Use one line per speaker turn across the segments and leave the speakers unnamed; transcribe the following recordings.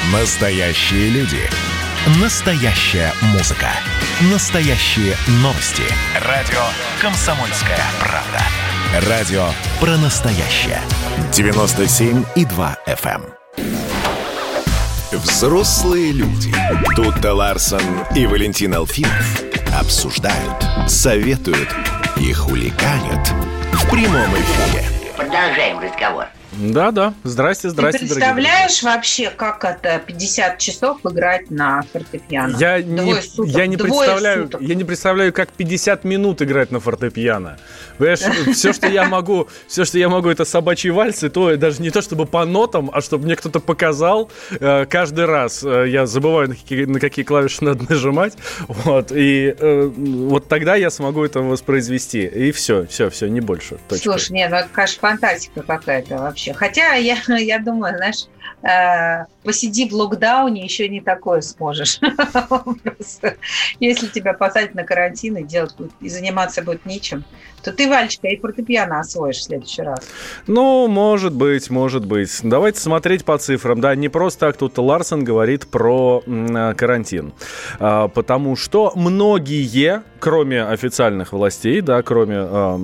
Настоящие люди. Настоящая музыка. Настоящие новости. Радио «Комсомольская правда». Радио про настоящее. 97,2 FM. Взрослые люди. Тутта Ларсон и Валентин Алфимов обсуждают, советуют и хулиганят в прямом эфире.
Продолжаем разговор.
Да. Здрасте,
Ты представляешь вообще, как это 50 часов играть на фортепиано?
Я не представляю, как 50 минут играть на фортепиано. Понимаешь, все, что я могу, это собачьи вальсы, то даже не то чтобы по нотам, а чтобы мне кто-то показал каждый раз. Я забываю, на какие клавиши надо нажимать. Вот, и вот тогда я смогу это воспроизвести. И все, не больше. Точка.
Слушай, нет, это, конечно, фантастика какая-то вообще. Хотя я думаю, знаешь, посиди в локдауне, еще не такое сможешь. Если тебя посадят на карантин и заниматься будет нечем, то ты, Валечка, и фортепиано освоишь в следующий раз.
Ну, может быть. Давайте смотреть по цифрам. Да, не просто так тут Ларсон говорит про карантин. Потому что многие, кроме официальных властей, да, кроме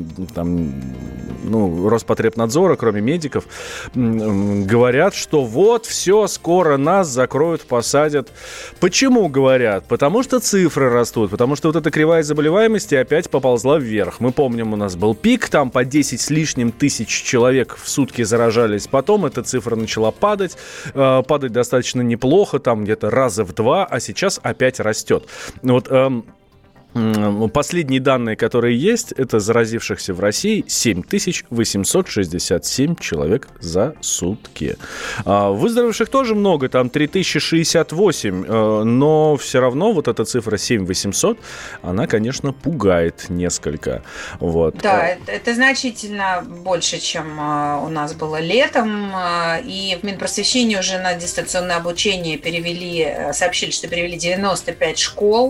Роспотребнадзора, кроме медиков, говорят, что вот все, скоро нас закроют, посадят. Почему говорят? Потому что цифры растут, потому что вот эта кривая заболеваемости опять поползла вверх. Мы помним, у нас был пик, там по 10 с лишним тысяч человек в сутки заражались. Потом эта цифра начала падать достаточно неплохо, там где-то раза в 2, а сейчас опять растет. Вот последние данные, которые есть, это заразившихся в России 7867 человек за сутки. Выздоровевших тоже много, там 3068, но все равно вот эта цифра 7800, она, конечно, пугает несколько. Вот.
Да, это значительно больше, чем у нас было летом, и в Минпросвещении уже на дистанционное обучение сообщили, что перевели 95 школ.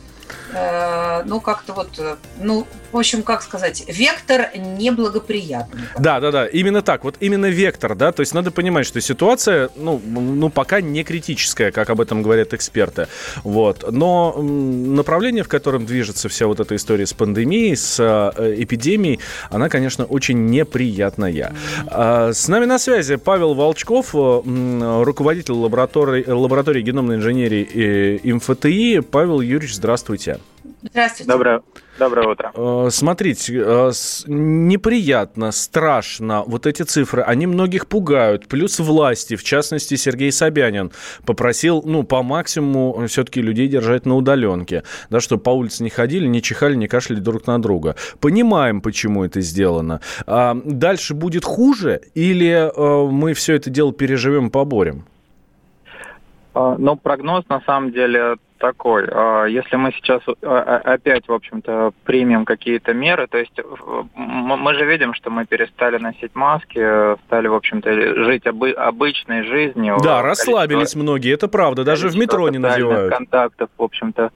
В общем, как сказать, вектор неблагоприятный.
Да, именно так, вот именно вектор, да, то есть надо понимать, что ситуация, пока не критическая, как об этом говорят эксперты, вот, но направление, в котором движется вся вот эта история с пандемией, с эпидемией, она, конечно, очень неприятная. С нами на связи Павел Волчков, руководитель лаборатории геномной инженерии МФТИ. Павел Юрьевич, здравствуйте.
Здравствуйте.
Доброе утро.
Смотрите, неприятно, страшно. Вот эти цифры, они многих пугают. Плюс власти, в частности, Сергей Собянин попросил, по максимуму все-таки людей держать на удаленке. Да, чтобы по улице не ходили, не чихали, не кашляли друг на друга. Понимаем, почему это сделано. Дальше будет хуже или мы все это дело переживем и поборем?
Прогноз на самом деле такой. Если мы сейчас опять, в общем-то, примем какие-то меры, то есть мы же видим, что мы перестали носить маски, стали, в общем-то, жить обычной жизнью.
Да, расслабились многие, это правда, даже в метро не надевают.
Контактов, в общем-то,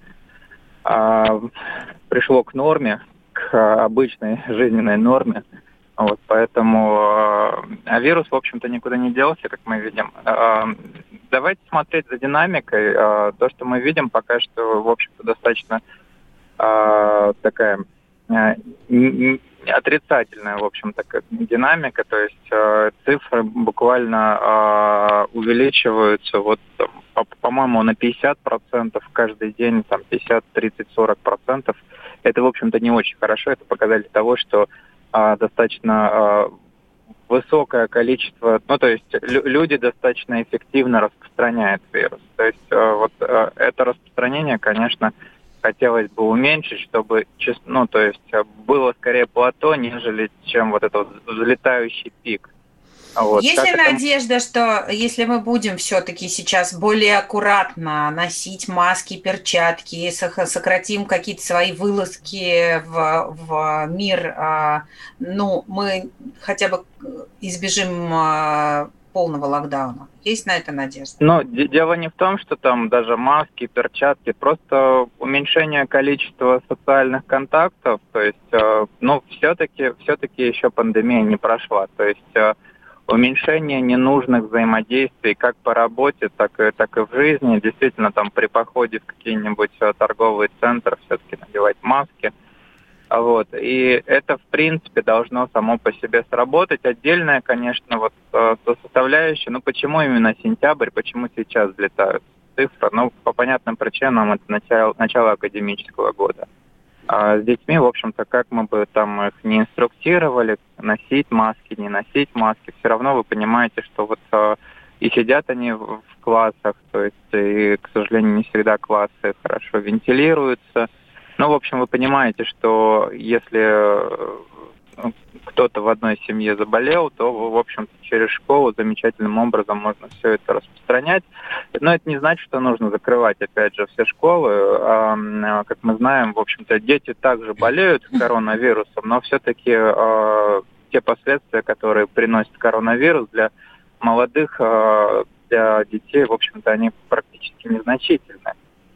пришло к норме, к обычной жизненной норме. Вот, поэтому вирус, в общем-то, никуда не делся, как мы видим. Давайте смотреть за динамикой. То, что мы видим, пока что, в общем-то, достаточно такая отрицательная, в общем-то, динамика. То есть цифры буквально увеличиваются, по-моему, на 50% каждый день, 50, 30, 40%. Это, в общем-то, не очень хорошо. Это показатель того, что достаточно высокое количество, то есть люди достаточно эффективно распространяют вирус. То есть это распространение, конечно, хотелось бы уменьшить, чтобы, было скорее плато, нежели чем вот этот взлетающий пик. Вот.
Есть ли надежда, что если мы будем все-таки сейчас более аккуратно носить маски, перчатки, сократим какие-то свои вылазки в мир, мы хотя бы избежим полного локдауна? Есть на это надежда?
Дело не в том, что там даже маски, перчатки, просто уменьшение количества социальных контактов, то есть, все-таки еще пандемия не прошла, то есть уменьшение ненужных взаимодействий как по работе, так и в жизни. Действительно, там при походе в какие-нибудь торговые центры все-таки надевать маски. Вот. И это, в принципе, должно само по себе сработать. Отдельная, конечно, вот составляющая, почему именно сентябрь, почему сейчас взлетают цифры? По понятным причинам это начало академического года. А с детьми, в общем-то, как мы бы там их не инструктировали, носить маски, не носить маски, все равно вы понимаете, что вот и сидят они в классах, то есть, и, к сожалению, не всегда классы хорошо вентилируются. В общем, вы понимаете, что если кто-то в одной семье заболел, то, в общем-то, через школу замечательным образом можно все это распространять. Но это не значит, что нужно закрывать, опять же, все школы. Как мы знаем, в общем-то, дети также болеют коронавирусом, но все-таки те последствия, которые приносит коронавирус для молодых, для детей, в общем-то, они практически незначительны.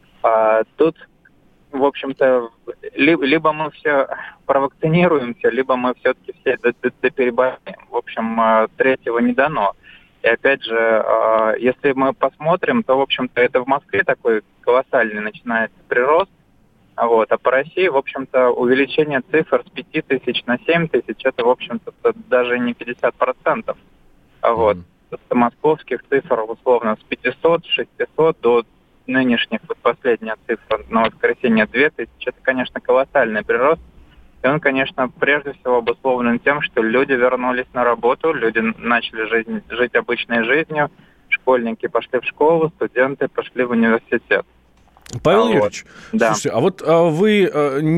Тут, в общем-то, либо мы все провакцинируемся, либо мы все-таки все допереболеем. В общем, третьего не дано. И опять же, если мы посмотрим, то, в общем-то, это в Москве такой колоссальный начинается прирост. Вот. А по России, в общем-то, увеличение цифр с 5 тысяч на 7 тысяч, это, в общем-то, даже не 50%. Вот. С московских цифр, условно, с 500, 600 до нынешних, вот последняя цифра на воскресенье 2000, это, конечно, колоссальный прирост. И он, конечно, прежде всего обусловлен тем, что люди вернулись на работу, люди начали жить обычной жизнью, школьники пошли в школу, студенты пошли в университет.
Павел Юрьевич,
да.
Слушайте, а вот вы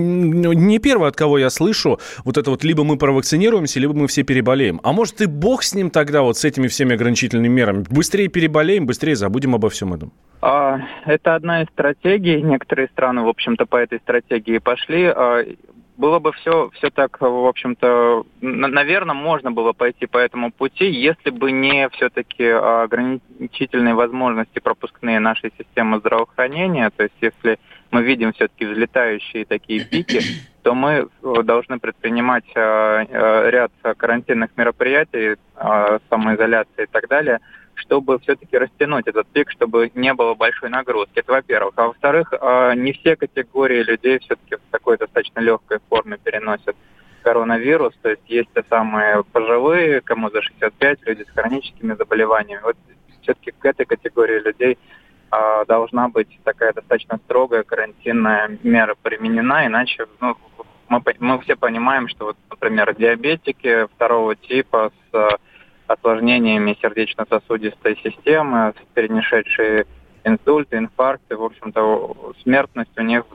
не первый, от кого я слышу, вот это вот либо мы провакцинируемся, либо мы все переболеем. А может и бог с ним тогда, вот с этими всеми ограничительными мерами? Быстрее переболеем, быстрее забудем обо всем этом.
Это одна из стратегий. Некоторые страны, в общем-то, по этой стратегии пошли. Было бы все так, в общем-то, наверное, можно было пойти по этому пути, если бы не все-таки ограничительные возможности пропускные нашей системы здравоохранения. То есть, если мы видим все-таки взлетающие такие пики, то мы должны предпринимать ряд карантинных мероприятий, самоизоляции и так далее, чтобы все-таки растянуть этот пик, чтобы не было большой нагрузки. Это во-первых. А во-вторых, не все категории людей все-таки в такой достаточно легкой форме переносят коронавирус. То есть есть те самые пожилые, кому за 65, люди с хроническими заболеваниями. Вот все-таки к этой категории людей должна быть такая достаточно строгая карантинная мера применена, иначе мы все понимаем, что, вот, например, диабетики второго типа с осложнениями сердечно-сосудистой системы, перенесшие инсульты, инфаркты, в общем-то, смертность у них в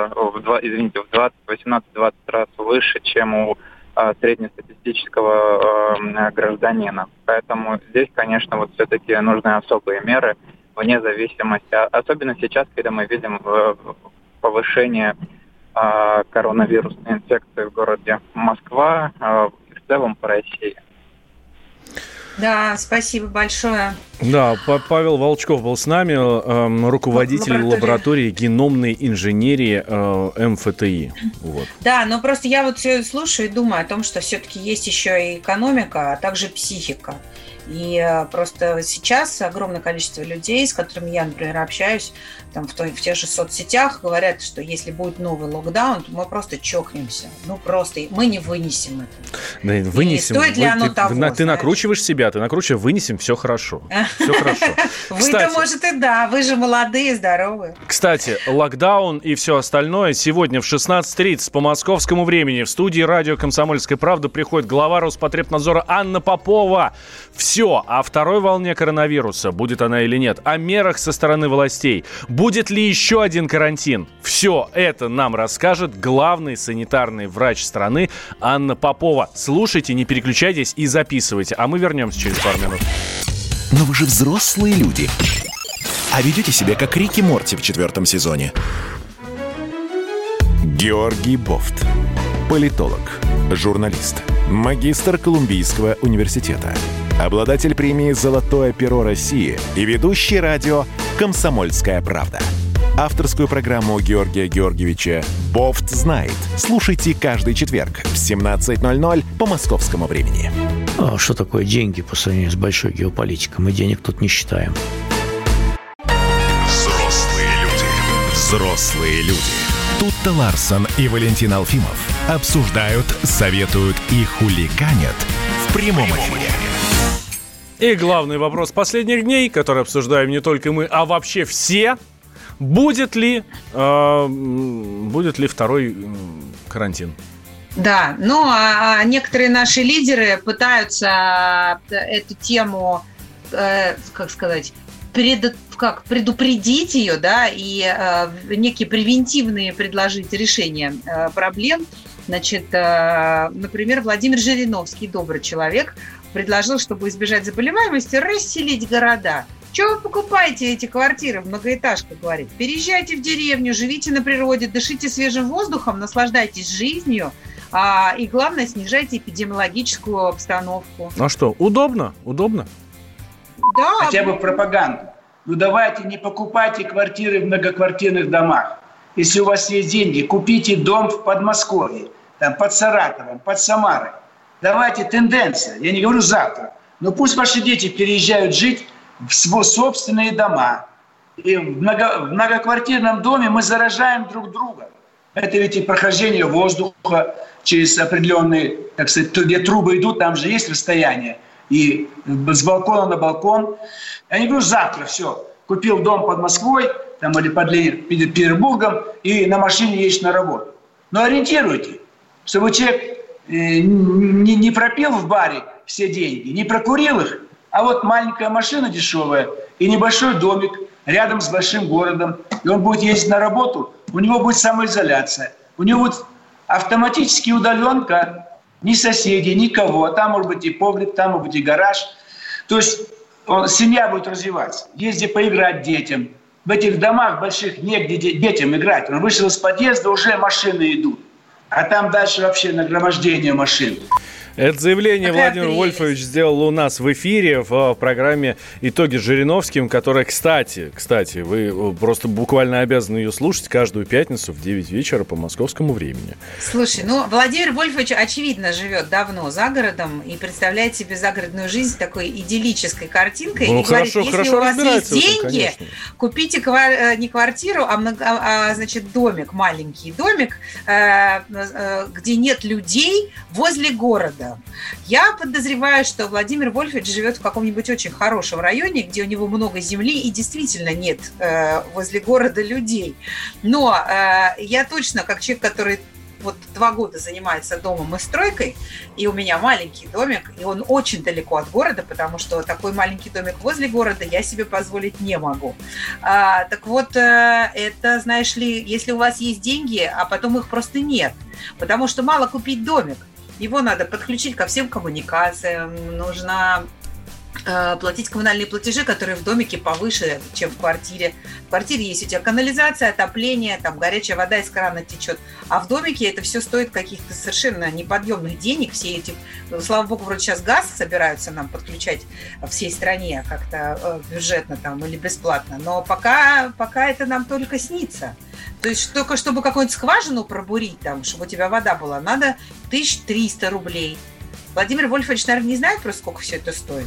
18-20 раз выше, чем у среднестатистического гражданина. Поэтому здесь, конечно, вот все-таки нужны особые меры вне зависимости, особенно сейчас, когда мы видим повышение коронавирусной инфекции в городе Москва и в целом по России.
Да, спасибо большое.
Да, Павел Волчков был с нами, руководитель лаборатории геномной инженерии МФТИ. Вот.
Да, но просто я вот все слушаю и думаю о том, что все-таки есть еще и экономика, а также психика. И просто сейчас огромное количество людей, с которыми я, например, общаюсь, там, в тех же соцсетях, говорят, что если будет новый локдаун, то мы просто чокнемся. Просто мы не вынесем это.
Да, вынесем.
И стоит ли оно того?
Ты накручиваешь себя, вынесем, все хорошо. Все хорошо.
Вы-то, может, и да, вы же молодые, здоровые.
Кстати, локдаун и все остальное сегодня в 16:30 по московскому времени в студии радио «Комсомольская правда» приходит глава Роспотребнадзора Анна Попова. Все о второй волне коронавируса, будет она или нет, о мерах со стороны властей, будет ли еще один карантин. Все это нам расскажет главный санитарный врач страны Анна Попова. Слушайте, не переключайтесь и записывайте, а мы вернемся через пару минут.
Но вы же взрослые люди. А ведете себя как Рик и Морти в 4 сезоне. Георгий Бофт. Политолог, журналист, магистр Колумбийского университета, обладатель премии «Золотое перо России» и ведущий радио «Комсомольская правда». Авторскую программу Георгия Георгиевича «Бофт знает». Слушайте каждый четверг в 17:00 по московскому времени.
А что такое деньги по сравнению с большой геополитикой? Мы денег тут не считаем.
Взрослые люди. Тутта Ларсон и Валентин Алфимов обсуждают, советуют и хулиганят в прямом эфире.
И главный вопрос последних дней, который обсуждаем не только мы, а вообще все. Будет ли второй карантин?
Да, а некоторые наши лидеры пытаются эту тему, предупредить ее, да, и некие превентивные предложить решения проблем. Значит, например, Владимир Жириновский, добрый человек, предложил, чтобы избежать заболеваемости, расселить города. Чего вы покупаете эти квартиры в многоэтажках, говорит? Переезжайте в деревню, живите на природе, дышите свежим воздухом, наслаждайтесь жизнью, и, главное, снижайте эпидемиологическую обстановку.
А что, удобно? Удобно?
Да.
Хотя бы пропаганду. Давайте не покупайте квартиры в многоквартирных домах. Если у вас есть деньги, купите дом в Подмосковье, там, под Саратовом, под Самарой. Давайте тенденция. Я не говорю завтра. Но пусть ваши дети переезжают жить в собственные дома. И в многоквартирном доме мы заражаем друг друга. Это ведь и прохождение воздуха через определенные, так сказать, где трубы идут, там же есть расстояние. И с балкона на балкон. Я не говорю завтра, все. Купил дом под Москвой там, или под Петербургом и на машине едешь на работу. Но ориентируйте, чтобы человек не пропил в баре все деньги, не прокурил их, а вот маленькая машина дешевая и небольшой домик рядом с большим городом, и он будет ездить на работу, у него будет самоизоляция, у него будет автоматически удаленка, ни соседей, никого, а там может быть и погреб, там может быть и гараж. То есть семья будет развиваться, есть где поиграть детям. В этих домах больших негде детям играть. Он вышел из подъезда, уже машины идут. А там дальше вообще нагромождение машин.
Это заявление Владимир Вольфович сделал у нас в эфире в программе «Итоги с Жириновским», которая, кстати, вы просто буквально обязаны ее слушать каждую пятницу в 9 вечера по московскому времени.
Слушай, Владимир Вольфович, очевидно, живет давно за городом и представляет себе загородную жизнь такой идиллической картинкой. И говорит, если у вас есть деньги, купите не квартиру, значит, домик, маленький домик, где нет людей, возле города. Я подозреваю, что Владимир Вольфович живет в каком-нибудь очень хорошем районе, где у него много земли и действительно нет возле города людей. Но я точно, как человек, который 2 года занимается домом и стройкой, и у меня маленький домик, и он очень далеко от города, потому что такой маленький домик возле города я себе позволить не могу. Так вот, это, знаешь ли, если у вас есть деньги, а потом их просто нет, потому что мало купить домик. Его надо подключить ко всем коммуникациям, нужно платить коммунальные платежи, которые в домике повыше, чем в квартире. В квартире есть у тебя канализация, отопление, там горячая вода из крана течет. А в домике это все стоит каких-то совершенно неподъемных денег. Все эти, слава богу, вроде сейчас газ собираются нам подключать всей стране как-то бюджетно там или бесплатно. Но пока это нам только снится. То есть только чтобы какую-нибудь скважину пробурить, там, чтобы у тебя вода была, надо 1300 рублей. Владимир Вольфович, наверное, не знает просто, сколько все это стоит.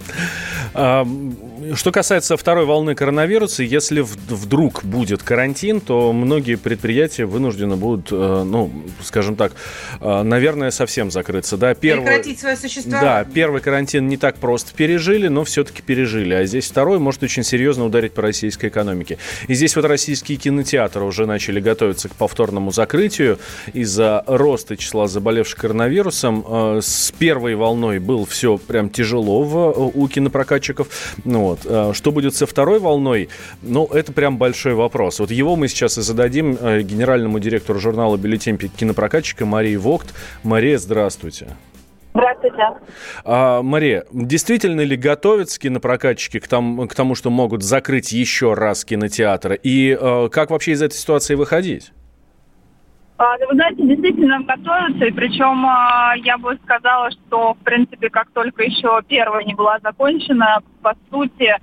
Что касается второй волны коронавируса, если вдруг будет карантин, то многие предприятия вынуждены будут, скажем так, наверное, совсем закрыться. Да,
прекратить свое существование.
Да, первый карантин не так просто пережили, но все-таки пережили. А здесь второй может очень серьезно ударить по российской экономике. И здесь российские кинотеатры уже начали готовиться к повторному закрытию из-за роста числа заболевших коронавирусом. С первой волной было все прям тяжело у кинопрокатчиков. Что будет со второй волной? Это прям большой вопрос. Его мы сейчас и зададим генеральному директору журнала «Бюллетень кинопрокатчика» Марии Вогт. Мария, здравствуйте.
Здравствуйте.
Мария, действительно ли готовятся кинопрокатчики к тому, что могут закрыть еще раз кинотеатры? И как вообще из этой ситуации выходить?
Вы знаете, действительно готовятся, и причем я бы сказала, что, в принципе, как только еще первая не была закончена, по сути,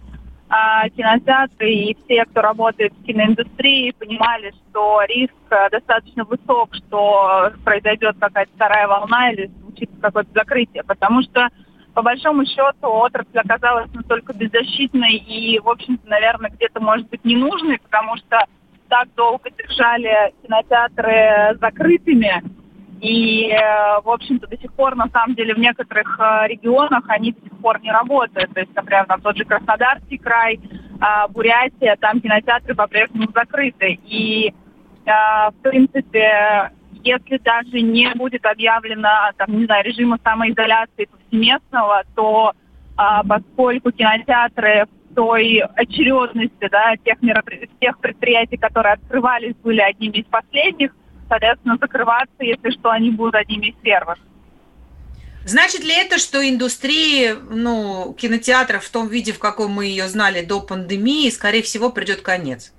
кинотеатры и все, кто работает в киноиндустрии, понимали, что риск достаточно высок, что произойдет какая-то вторая волна или случится какое-то закрытие, потому что по большому счету отрасль оказалась настолько беззащитной и, в общем-то, наверное, где-то, может быть, ненужной, потому что так долго держали кинотеатры закрытыми. И, в общем-то, до сих пор, на самом деле, в некоторых регионах они до сих пор не работают. То есть, например, там тот же Краснодарский край, Бурятия, там кинотеатры по-прежнему закрыты. И, в принципе, если даже не будет объявлено, там, не знаю, режима самоизоляции повсеместного, то поскольку кинотеатры в той очередности, да, тех предприятий, которые открывались, были одними из последних, соответственно, закрываться, если что, они будут одними из первых.
Значит ли это, что индустрии, кинотеатров в том виде, в каком мы ее знали до пандемии, скорее всего, придет конец?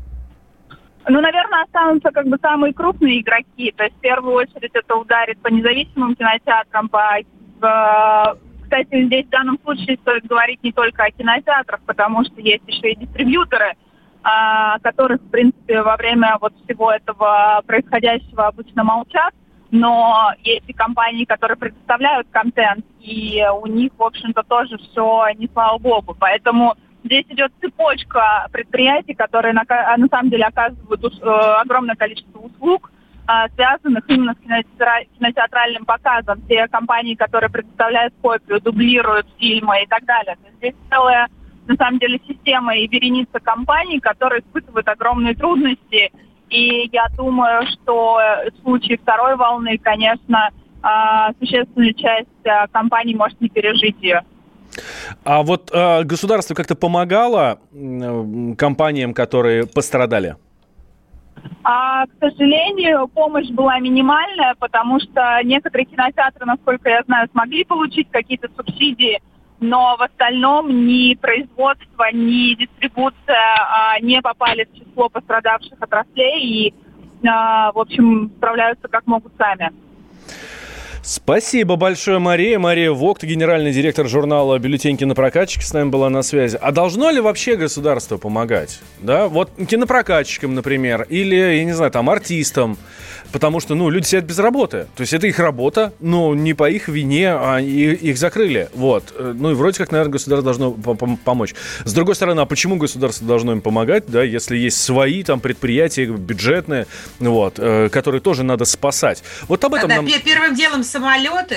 Наверное, останутся самые крупные игроки. То есть, в первую очередь, это ударит по независимым кинотеатрам. Кстати, здесь в данном случае стоит говорить не только о кинотеатрах, потому что есть еще и дистрибьюторы, которых, в принципе, во время всего этого происходящего обычно молчат, но есть и компании, которые предоставляют контент, и у них, в общем-то, тоже все не слава богу. Поэтому здесь идет цепочка предприятий, которые на самом деле оказывают огромное количество услуг, связанных именно с кинотеатральным показом. Те компании, которые предоставляют копию, дублируют фильмы и так далее. То есть здесь целая, на самом деле, система и вереница компаний, которые испытывают огромные трудности. И я думаю, что в случае второй волны, конечно, существенная часть компаний может не пережить ее.
А вот государство как-то помогало компаниям, которые пострадали?
К сожалению, помощь была минимальная, потому что некоторые кинотеатры, насколько я знаю, смогли получить какие-то субсидии, но в остальном ни производство, ни дистрибуция не попали в число пострадавших отраслей и, в общем, справляются как могут сами.
Спасибо большое, Мария. Мария Вогт, генеральный директор журнала «Бюллетень кинопрокатчика», с нами была на связи. А должно ли вообще государство помогать? Да? Вот кинопрокатчикам, например, или, я не знаю, там, артистам. Потому что, люди сидят без работы. То есть это их работа, но не по их вине, а их закрыли. Вот. И вроде как, наверное, государство должно помочь. С другой стороны, а почему государство должно им помогать, да, если есть свои там предприятия бюджетные, которые тоже надо спасать? Вот об этом нам...
Первым делом самолеты,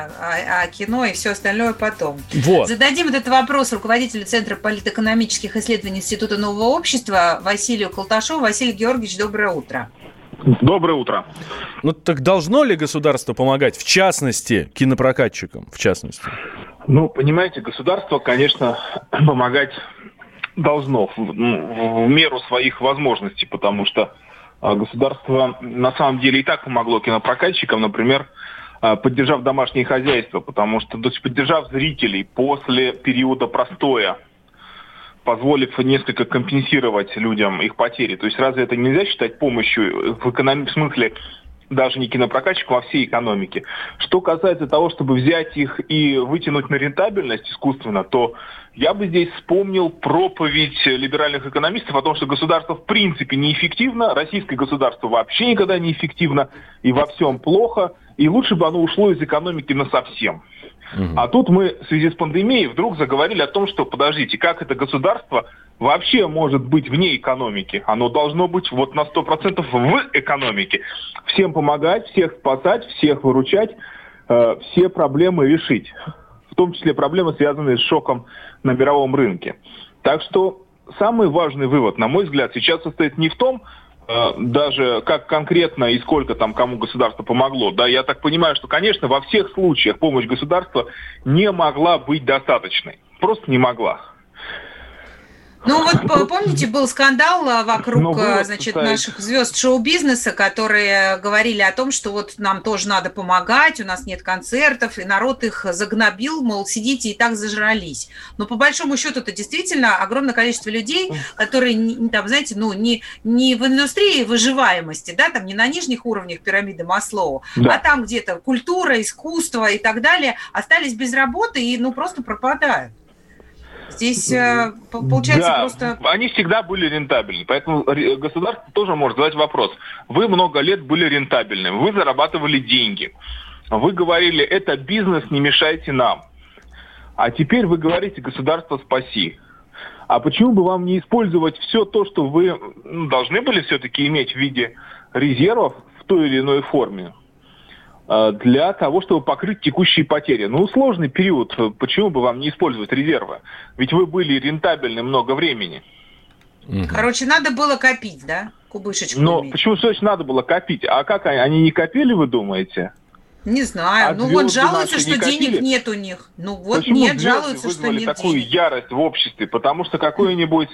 а кино и все остальное потом.
Вот.
Зададим этот вопрос руководителю Центра политэкономических исследований Института Нового общества Василию Колташову. Василий Георгиевич, доброе утро.
Доброе утро.
Так должно ли государство помогать, в частности, кинопрокатчикам, в частности?
Понимаете, государство, конечно, помогать должно в меру своих возможностей, потому что государство на самом деле и так помогло кинопрокатчикам, например, поддержав домашнее хозяйство, потому что, то есть поддержав зрителей после периода простоя, позволив несколько компенсировать людям их потери. То есть разве это нельзя считать помощью в смысле даже не кинопрокатчикам, а всей экономике? Что касается того, чтобы взять их и вытянуть на рентабельность искусственно, то я бы здесь вспомнил проповедь либеральных экономистов о том, что государство в принципе неэффективно, российское государство вообще никогда не эффективно и во всем плохо, и лучше бы оно ушло из экономики насовсем. А тут мы в связи с пандемией вдруг заговорили о том, что, подождите, как это государство вообще может быть вне экономики? Оно должно быть на 100% в экономике. Всем помогать, всех спасать, всех выручать, все проблемы решить. В том числе проблемы, связанные с шоком на мировом рынке. Так что самый важный вывод, на мой взгляд, сейчас состоит не в том, даже как конкретно и сколько там кому государство помогло. Да, я так понимаю, что, конечно, во всех случаях помощь государства не могла быть достаточной. Просто не могла.
Помните, был скандал вокруг, наших звезд шоу-бизнеса, которые говорили о том, что нам тоже надо помогать, у нас нет концертов, и народ их загнобил, мол, сидите и так зажрались. Но по большому счету это действительно огромное количество людей, которые, не в индустрии выживаемости, да, там не на нижних уровнях пирамиды Маслоу, да, а там где-то культура, искусство и так далее, остались без работы и просто пропадают. Здесь получается просто...
Они всегда были рентабельны. Поэтому государство тоже может задать вопрос. Вы много лет были рентабельными, вы зарабатывали деньги. Вы говорили, это бизнес, не мешайте нам. А теперь вы говорите, государство, спаси. А почему бы вам не использовать все то, что вы должны были все-таки иметь в виде резервов в той или иной форме, для того, чтобы покрыть текущие потери? Сложный период, почему бы вам не использовать резервы? Ведь вы были рентабельны много времени.
Короче, надо было копить, да? Кубышечку иметь.
Почему, значит, надо было копить? А как они не копили, вы думаете?
Не знаю. Жалуются, что денег нет у них.
Почему
жалуются, что нет
такую
денег.
Ярость в обществе? Потому что какой-нибудь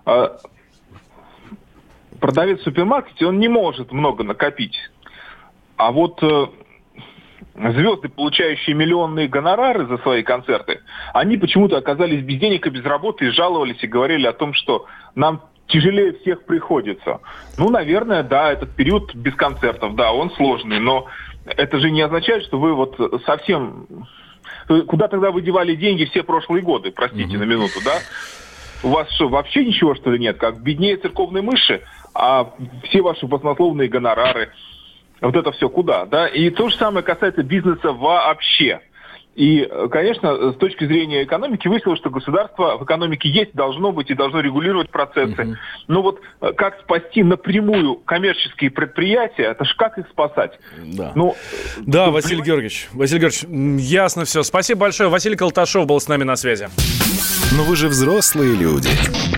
продавец в супермаркете, он не может много накопить. А вот звезды, получающие миллионные гонорары за свои концерты, они почему-то оказались без денег и без работы и жаловались и говорили о том, что нам тяжелее всех приходится. Наверное, да, этот период без концертов, да, он сложный, но это же не означает, что вы совсем... Куда тогда вы девали деньги все прошлые годы, простите на минуту, да? У вас что, вообще ничего, что ли, нет? Как беднее церковной мыши, а все ваши баснословные гонорары, вот это все куда, да? И то же самое касается бизнеса вообще. И, конечно, с точки зрения экономики выяснилось, что государство в экономике есть, должно быть и должно регулировать процессы. Но как спасти напрямую коммерческие предприятия, это ж как их спасать?
Да, Василий Георгиевич, ясно все. Спасибо большое. Василий Колташов был с нами на связи.
Но вы же взрослые люди.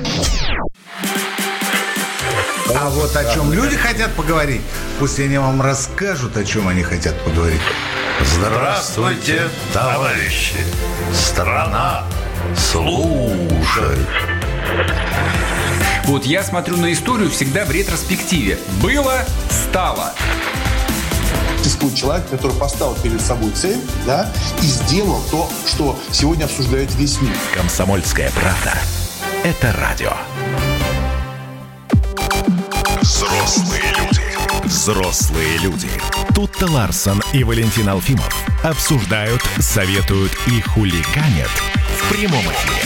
А вот о чем люди хотят поговорить, пусть они вам расскажут, о чем они хотят поговорить.
Здравствуйте, товарищи! Страна слушает.
Вот я смотрю на историю всегда в ретроспективе. Было, стало.
Существует человек, который поставил перед собой цель, да, и сделал то, что сегодня обсуждает весь мир.
«Комсомольская правда» — это радио.
Взрослые люди.
Взрослые люди. Тутта Ларсон и Валентин Алфимов обсуждают, советуют и хулиганят в прямом эфире.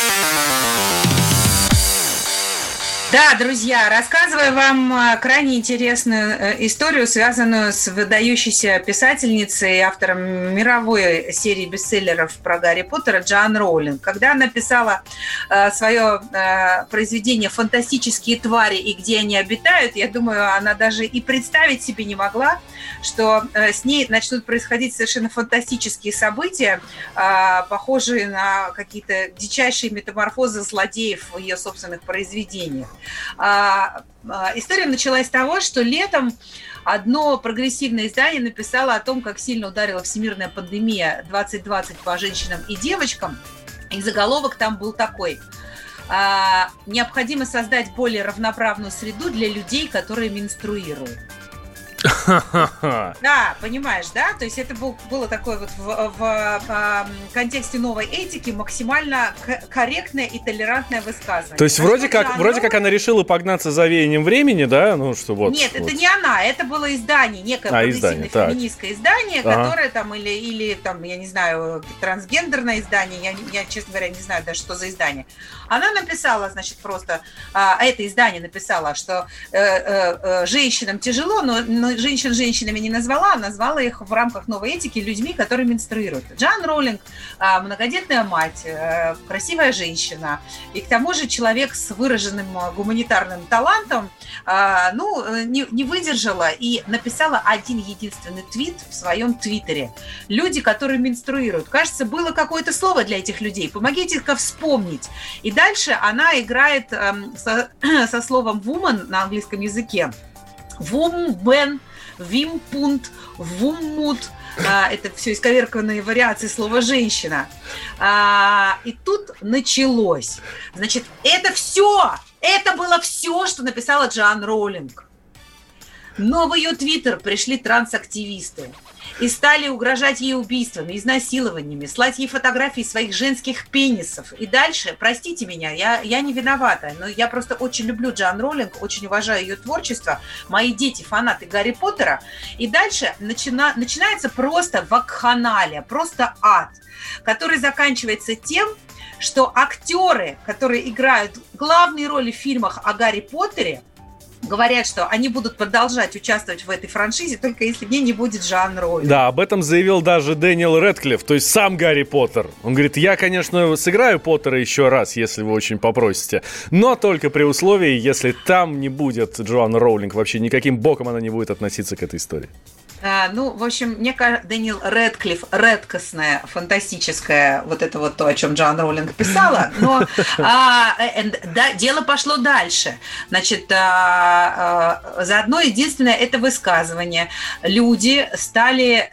Да, друзья, рассказываю вам крайне интересную историю, связанную с выдающейся писательницей и автором мировой серии бестселлеров про Гарри Поттера Джоан Роулинг. Когда она писала свое произведение «Фантастические твари и где они обитают», я думаю, она даже и представить себе не могла, что с ней начнут происходить совершенно фантастические события, похожие на какие-то дичайшие метаморфозы злодеев в ее собственных произведениях. История началась с того, что летом одно прогрессивное издание написало о том, как сильно ударила всемирная пандемия 2020 по женщинам и девочкам. И заголовок там был такой: «Необходимо создать более равноправную среду для людей, которые менструируют». Да, понимаешь, да? То есть это было такое в контексте новой этики максимально корректное и толерантное высказывание.
То есть вроде как она решила погнаться за веянием времени, да? Нет,
это не она, это было издание, некое прогрессивное феминистское издание, которое там или там, я не знаю, трансгендерное издание, я, честно говоря, не знаю даже, что за издание. Она написала, значит, просто, это издание написало, что женщинам тяжело, но женщин женщинами не назвала, а назвала их в рамках новой этики людьми, которые менструируют. Джоан Роулинг многодетная мать, красивая женщина, и к тому же человек с выраженным гуманитарным талантом, не выдержала и написала один единственный твит в своем твиттере. Люди, которые менструируют. Кажется, было какое-то слово для этих людей. Помогите-ка вспомнить. И дальше она играет со словом woman на английском языке. Вумбен, вимпунт, вуммут. Это все исковерканные вариации слова «женщина». И тут началось. Значит, это было все, что написала Джоан Роулинг. Но в ее твиттер пришли трансактивисты и стали угрожать ей убийствами, изнасилованиями, слать ей фотографии своих женских пенисов. И дальше, простите меня, я не виновата, но я просто очень люблю Джоан Роулинг, очень уважаю ее творчество. Мои дети фанаты Гарри Поттера. И дальше начинается просто вакханалия, просто ад, который заканчивается тем, что актеры, которые играют главные роли в фильмах о Гарри Поттере, говорят, что они будут продолжать участвовать в этой франшизе, только если в ней не будет Джоан Роулинг.
Да, об этом заявил даже Дэниел Рэдклифф, то есть сам Гарри Поттер. Он говорит, я, конечно, сыграю Поттера еще раз, если вы очень попросите, но только при условии, если там не будет Джоан Роулинг, вообще никаким боком она не будет относиться к этой истории.
В общем, мне кажется, Дэниел Рэдклифф, редкостное, фантастическое, вот это вот то, о чем Джоан Роулинг писала, но дело пошло дальше. Значит, заодно единственное это высказывание. Люди стали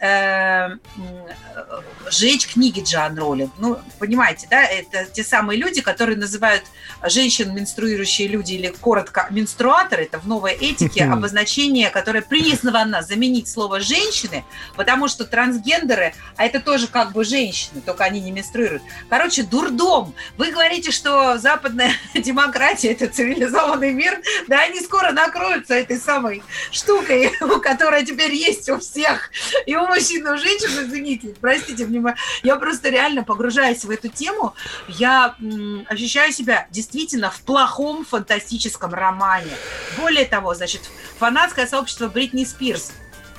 сжечь книги Джоан Роулинг. Понимаете, да, это те самые люди, которые называют женщин менструирующие люди или коротко менструаторы, это в новой этике обозначение, которое призвано заменить слово женщины, потому что трансгендеры, а это тоже как бы женщины, только они не менструируют. Короче, дурдом. Вы говорите, что западная демократия – это цивилизованный мир, да они скоро накроются этой самой штукой, которая теперь есть у всех, и у мужчин, и у женщин, извините, простите, я просто реально погружаюсь в эту тему, я ощущаю себя действительно в плохом фантастическом романе. Более того, значит, фанатское сообщество Бритни Спирс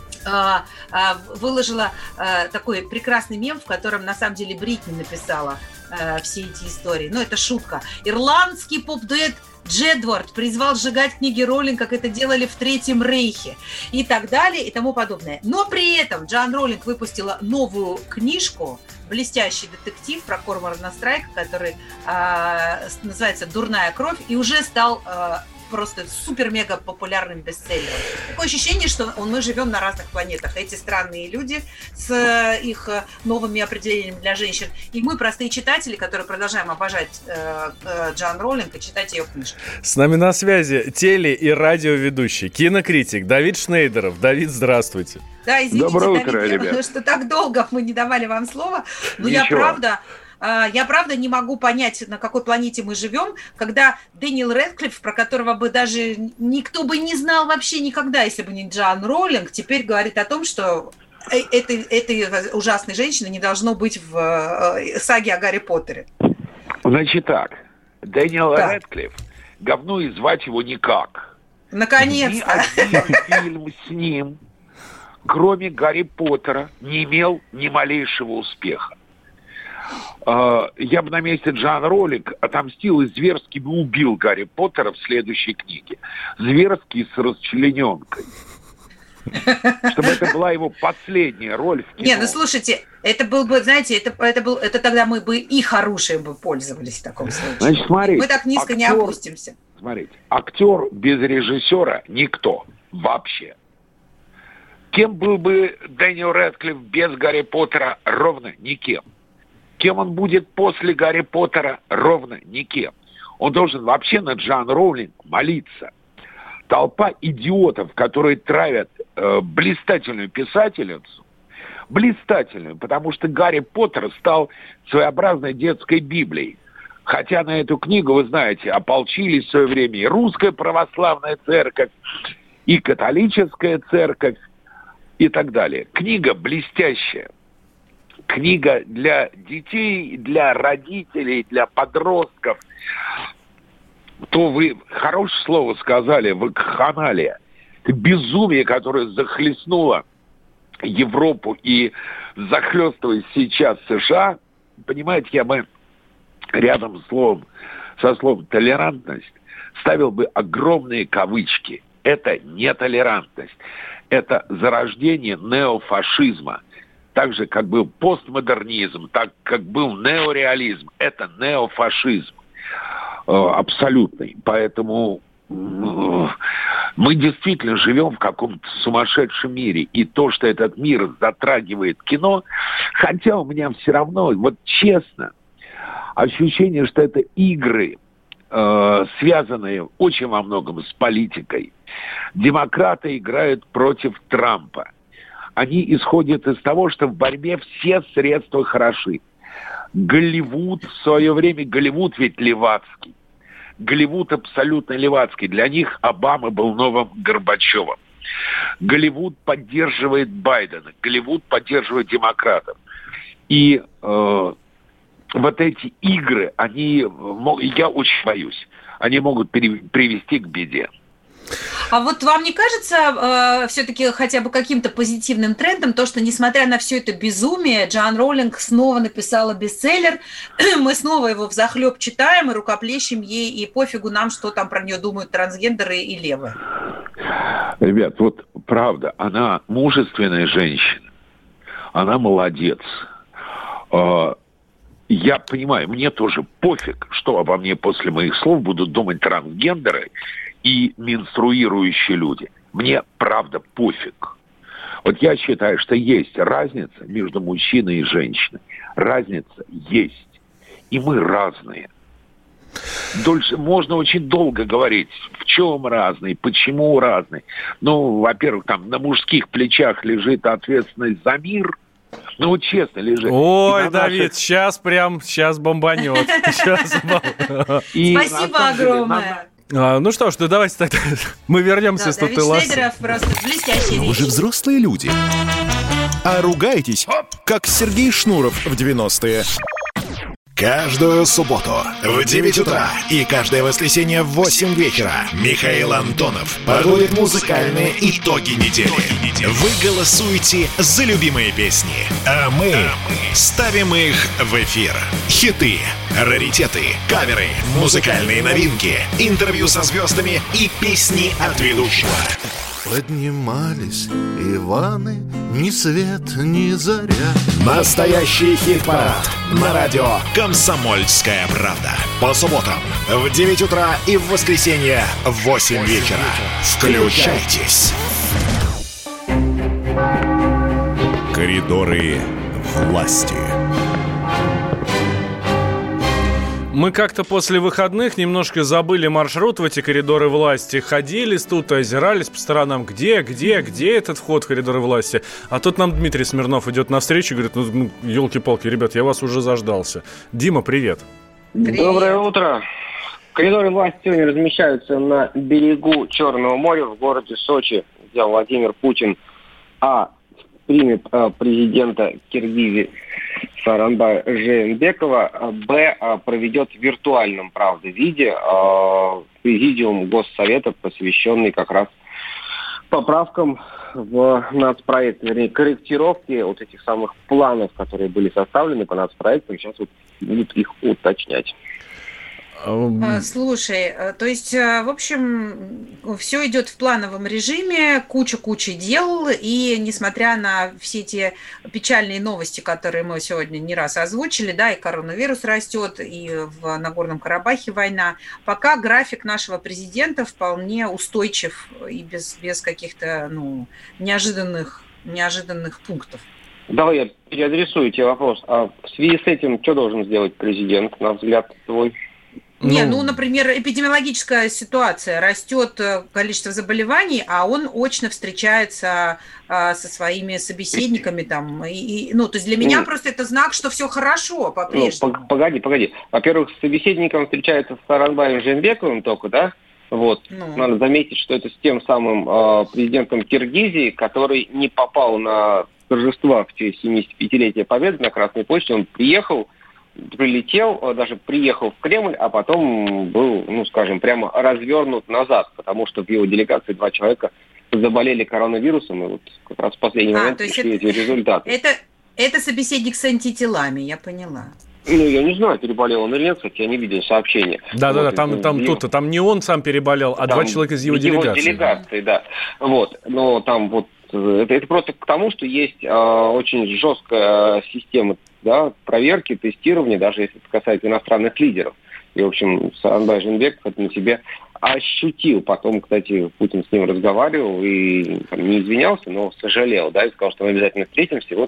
выложила такой прекрасный мем, в котором на самом деле Бритни написала все эти истории. Это шутка. Ирландский поп-дуэт Джедвард призвал сжигать книги Роулинг, как это делали в Третьем Рейхе, и так далее, и тому подобное. Но при этом Джоан Роулинг выпустила новую книжку, блестящий детектив про Корморана Страйка, который называется «Дурная кровь», и уже стал просто супер-мега популярным бестселлером. Такое ощущение, что мы живем на разных планетах. Эти странные люди с их новыми определениями для женщин. И мы, простые читатели, которые продолжаем обожать Джоан Роулинг и читать ее книжки.
С нами на связи теле- и радиоведущий, кинокритик Давид Шнейдеров. Давид, здравствуйте.
Да, извините,
Доброе утро,
Давид,
ребят.
что так долго мы не давали вам слова. Но я правда не могу понять, на какой планете мы живем, когда Дэниел Рэдклифф, про которого бы даже никто бы не знал вообще никогда, если бы не Джоан Роулинг, теперь говорит о том, что этой ужасной женщины не должно быть в саге о Гарри Поттере.
Значит так, Дэниел Рэдклифф, говно и звать его никак.
Наконец-то.
Ни один фильм с ним, кроме Гарри Поттера, не имел ни малейшего успеха. Я бы на месте Джоан Роулинг отомстил и зверски бы убил Гарри Поттера в следующей книге. Зверски с расчлененкой. Чтобы это была его последняя роль в кино.
Слушайте, это был бы, знаете, это тогда мы бы и хорошие бы пользовались в таком случае.
Значит, смотрите,
мы так низко не опустимся.
Смотрите, актер без режиссера никто вообще. Кем был бы Дэниел Рэдклифф без Гарри Поттера? Ровно никем. Кем он будет после Гарри Поттера? Ровно никем. Он должен вообще на Джоан Роулинг молиться. Толпа идиотов, которые травят блистательную писательницу, блистательную, потому что Гарри Поттер стал своеобразной детской Библией. Хотя на эту книгу, вы знаете, ополчились в свое время и Русская Православная Церковь, и Католическая Церковь, и так далее. Книга блестящая. Книга для детей, для родителей, для подростков. То вы хорошее слово сказали, вакханалия. Это безумие, которое захлестнуло Европу и захлестывает сейчас США. Понимаете, я бы рядом со словом толерантность ставил бы огромные кавычки. Это не толерантность. Это зарождение неофашизма. Так же, как был постмодернизм, так как был неореализм. Это неофашизм абсолютный. Поэтому мы действительно живем в каком-то сумасшедшем мире. И то, что этот мир затрагивает кино, хотя у меня все равно, вот честно, ощущение, что это игры связанные очень во многом с политикой. Демократы играют против Трампа. Они исходят из того, что в борьбе все средства хороши. Голливуд в свое время, Голливуд ведь левацкий. Голливуд абсолютно левацкий. Для них Обама был новым Горбачевым. Голливуд поддерживает Байдена. Голливуд поддерживает демократов. И вот эти игры, я очень боюсь, они могут привести к беде.
А вот вам не кажется все-таки хотя бы каким-то позитивным трендом то, что несмотря на все это безумие, Джоан Роулинг снова написала бестселлер, мы снова его взахлеб читаем и рукоплещем ей, и пофигу нам, что там про нее думают трансгендеры и левые?
Ребят, вот правда, она мужественная женщина, она молодец. Я понимаю, мне тоже пофиг, что обо мне после моих слов будут думать трансгендеры и менструирующие люди. Мне, правда, пофиг. Вот я считаю, что есть разница между мужчиной и женщиной. Разница есть. И мы разные. Можно очень долго говорить, в чем разные, почему разные. Ну, во-первых, там на мужских плечах лежит ответственность за мир. Ну, вот честно лежит.
Ой, Давид, сейчас бомбанет.
Спасибо огромное.
Ну что ж, давайте тогда мы вернемся с Туттой Ларсон.
Давид Шнейдеров просто блестящий.
Вы же взрослые люди. А ругаетесь, как Сергей Шнуров в 90-е. Каждую субботу в 9 утра и каждое воскресенье в 8 вечера Михаил Антонов подводит музыкальные итоги недели. Вы голосуете за любимые песни, а мы ставим их в эфир. Хиты, раритеты, каверы, музыкальные новинки, интервью со звездами и песни от ведущего.
Поднимались Иваны, ни свет, ни заря.
Настоящий хит-парад на радио «Комсомольская правда». По субботам в 9 утра и в воскресенье в 8 вечера. Включайтесь. Коридоры власти.
Мы как-то после выходных немножко забыли маршрут в эти коридоры власти. Ходили тут, озирались по сторонам. Где этот вход в коридоры власти? А тут нам Дмитрий Смирнов идет навстречу и говорит, ну, елки-палки, ребят, я вас уже заждался. Дима, привет.
Доброе утро. Коридоры власти сегодня размещаются на берегу Черного моря в городе Сочи, где Владимир Путин примет президента Киргизии Сооронбая Жээнбекова, проведет в виртуальном, правда, виде президиум Госсовета, посвященный как раз поправкам в нацпроект, вернее, корректировке вот этих самых планов, которые были составлены по нацпроектам, сейчас вот будут их уточнять.
Слушай, то есть, в общем, все идет в плановом режиме, куча дел, и несмотря на все те печальные новости, которые мы сегодня не раз озвучили, да, и коронавирус растет, и в Нагорном Карабахе война, пока график нашего президента вполне устойчив и без каких-то, неожиданных пунктов.
Давай я переадресую тебе вопрос. А в связи с этим что должен сделать президент, на взгляд твой?
Например, эпидемиологическая ситуация, растет количество заболеваний, а он очно встречается со своими собеседниками там. То есть для меня просто это знак, что все хорошо по-прежнему.
Погоди. Во-первых, с собеседником встречается с Сооронбаем Жээнбековым только, да? Вот. Надо заметить, что это с тем самым президентом Киргизии, который не попал на торжества в честь 75-летия Победы на Красной площади. Он прилетел, даже приехал в Кремль, а потом был, прямо развернут назад, потому что в его делегации 2 человека заболели коронавирусом, и вот как раз в последний момент пришли эти результаты.
Это собеседник с антителами, я поняла.
Я не знаю, переболел он или нет, кстати, я не видел сообщения.
Да, там не он сам переболел, а 2 человека из его делегации.
Делегации, да. Вот, но там вот это просто к тому, что есть очень жесткая система, да, проверки, тестирования, даже если это касается иностранных лидеров. И, в общем, Сооронбай Жээнбеков это на себе ощутил. Потом, кстати, Путин с ним разговаривал и не извинялся, но сожалел, да, и сказал, что мы обязательно встретимся. И вот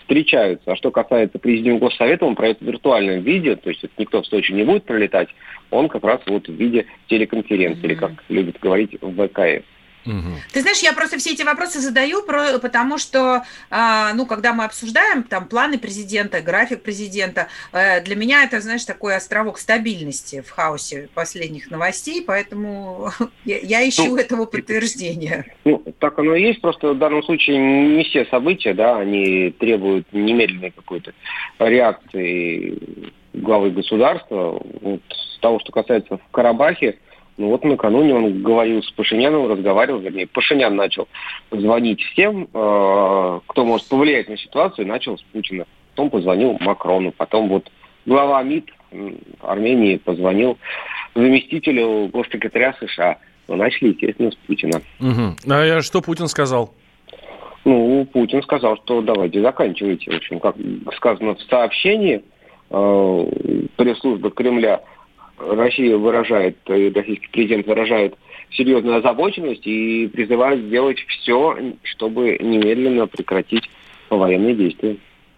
встречаются. А что касается президиума Госсовета, он проводит в виртуальном виде, то есть это никто в Сочи не будет прилетать, он как раз вот в виде телеконференции, или, как любят говорить, в ВКС.
Ты знаешь, я просто все эти вопросы задаю, потому что, когда мы обсуждаем там планы президента, график президента, для меня это, знаешь, такой островок стабильности в хаосе последних новостей, поэтому я ищу этого подтверждения.
Так оно и есть, просто в данном случае не все события, да, они требуют немедленной какой-то реакции главы государства. Вот с того, что касается в Карабахе, накануне он говорил с Пашиняном, разговаривал, вернее, Пашинян начал звонить всем, кто может повлиять на ситуацию, и начал с Путина. Потом позвонил Макрону, потом глава МИД Армении позвонил заместителю госсекретаря США. Начали, естественно, с Путина.
А что Путин сказал?
Путин сказал, что давайте заканчивайте. В общем, как сказано в сообщении, пресс-служба Кремля, российский президент выражает серьезную озабоченность и призывает сделать все, чтобы немедленно прекратить военные действия.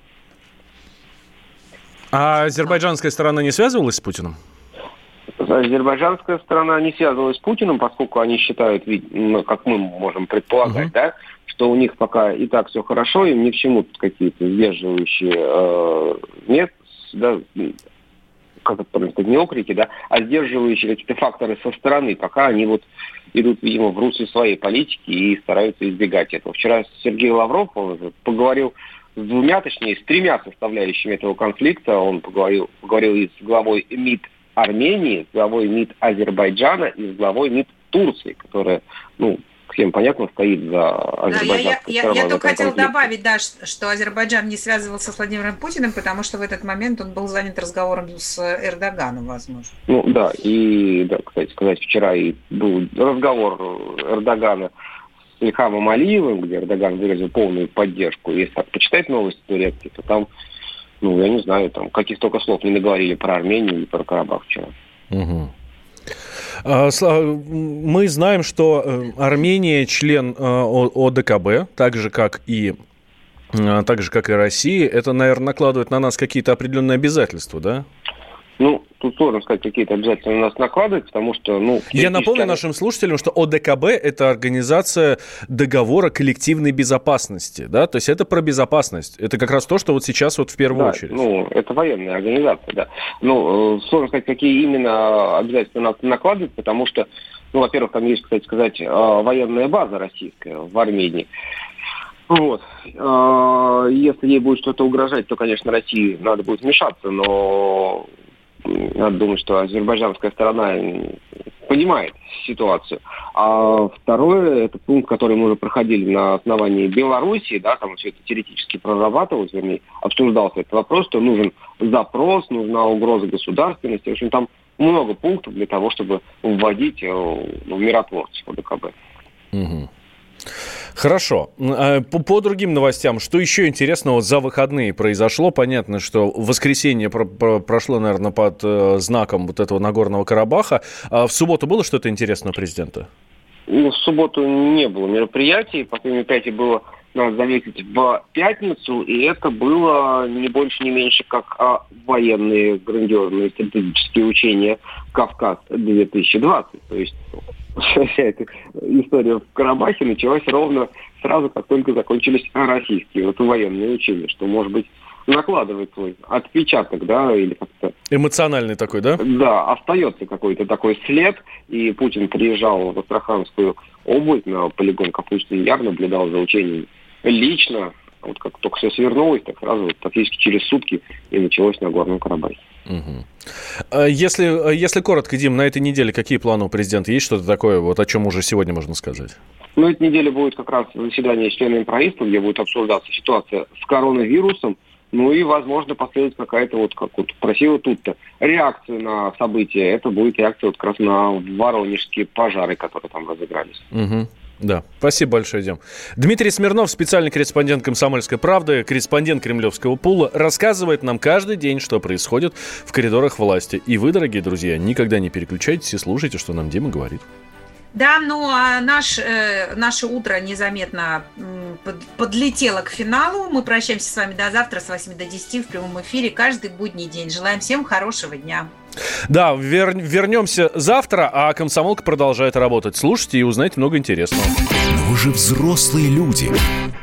А азербайджанская сторона не связывалась с Путиным?
Азербайджанская сторона не связывалась с Путиным, поскольку они считают, как мы можем предполагать, что у них пока и так все хорошо, им ни к чему тут какие-то сдерживающие не окрики, а сдерживающие какие-то факторы со стороны, пока они идут, видимо, в русле своей политики и стараются избегать этого. Вчера Сергей Лавров поговорил с тремя составляющими этого конфликта. Он поговорил и с главой МИД Армении, с главой МИД Азербайджана и с главой МИД Турции, которая, всем понятно, стоит за азербайджанской стороной.
Я только хотела добавить, что Азербайджан не связывался с Владимиром Путиным, потому что в этот момент он был занят разговором с Эрдоганом, возможно.
Кстати сказать, вчера и был разговор Эрдогана с Ильхамом Алиевым, где Эрдоган выразил полную поддержку. Если так почитать новости турецкие, то там, я не знаю, каких только слов не наговорили про Армению и про Карабах вчера.
Мы знаем, что Армения член ОДКБ, так же, как и Россия. Это, наверное, накладывает на нас какие-то определенные обязательства, да?
Тут сложно сказать, какие-то обязательства на нас накладывать, потому что,
Я напомню нашим слушателям, что ОДКБ – это организация договора коллективной безопасности, да? То есть это про безопасность. Это как раз то, что сейчас в первую очередь.
Это военная организация, да. Сложно сказать, какие именно обязательства на нас накладывать, потому что, во-первых, там есть, кстати сказать, военная база российская в Армении. Если ей будет что-то угрожать, то, конечно, России надо будет вмешаться, но надо думать, что азербайджанская сторона понимает ситуацию. А второе, это пункт, который мы уже проходили на основании Белоруссии, там все это теоретически прорабатывалось, обсуждался этот вопрос, что нужен запрос, нужна угроза государственности. В общем, там много пунктов для того, чтобы вводить миротворцев ОДКБ.
Хорошо. По другим новостям, что еще интересного за выходные произошло? Понятно, что воскресенье прошло, наверное, под знаком этого Нагорного Карабаха. А в субботу было что-то интересное у президента?
В субботу не было мероприятий. Последнее мероприятие было, надо заметить, в пятницу. И это было не больше, не меньше, как военные грандиозные стратегические учения «Кавказ-2020». То есть вся эта история в Карабахе началась ровно сразу, как только закончились российские военные учения, что, может быть, накладывает свой отпечаток, или как-то...
Эмоциональный такой, да?
Да, остается какой-то такой след, и Путин приезжал в Астраханскую область на полигон Капустин Яр, наблюдал за учениями лично. Как только все свернулось, так сразу практически через сутки и началось на Горном Карабахе.
Если коротко, Дим, на этой неделе какие планы у президента? Есть что-то такое, о чем уже сегодня можно сказать?
Эта неделя будет как раз заседание с членами правительства, где будет обсуждаться ситуация с коронавирусом, и, возможно, последует какая-то, как просила тут-то, реакция на события. Это будет реакция как раз на воронежские пожары, которые там разыгрались.
Да, спасибо большое, Дим. Дмитрий Смирнов, специальный корреспондент «Комсомольской правды», корреспондент кремлевского пула, рассказывает нам каждый день, что происходит в коридорах власти. И вы, дорогие друзья, никогда не переключайтесь и слушайте, что нам Дима говорит.
Да, а наше утро незаметно подлетела к финалу. Мы прощаемся с вами до завтра с 8 до 10 в прямом эфире каждый будний день. Желаем всем хорошего дня.
Да, вернемся завтра, а «Комсомолка» продолжает работать. Слушайте и узнайте много интересного.
Но вы же взрослые люди.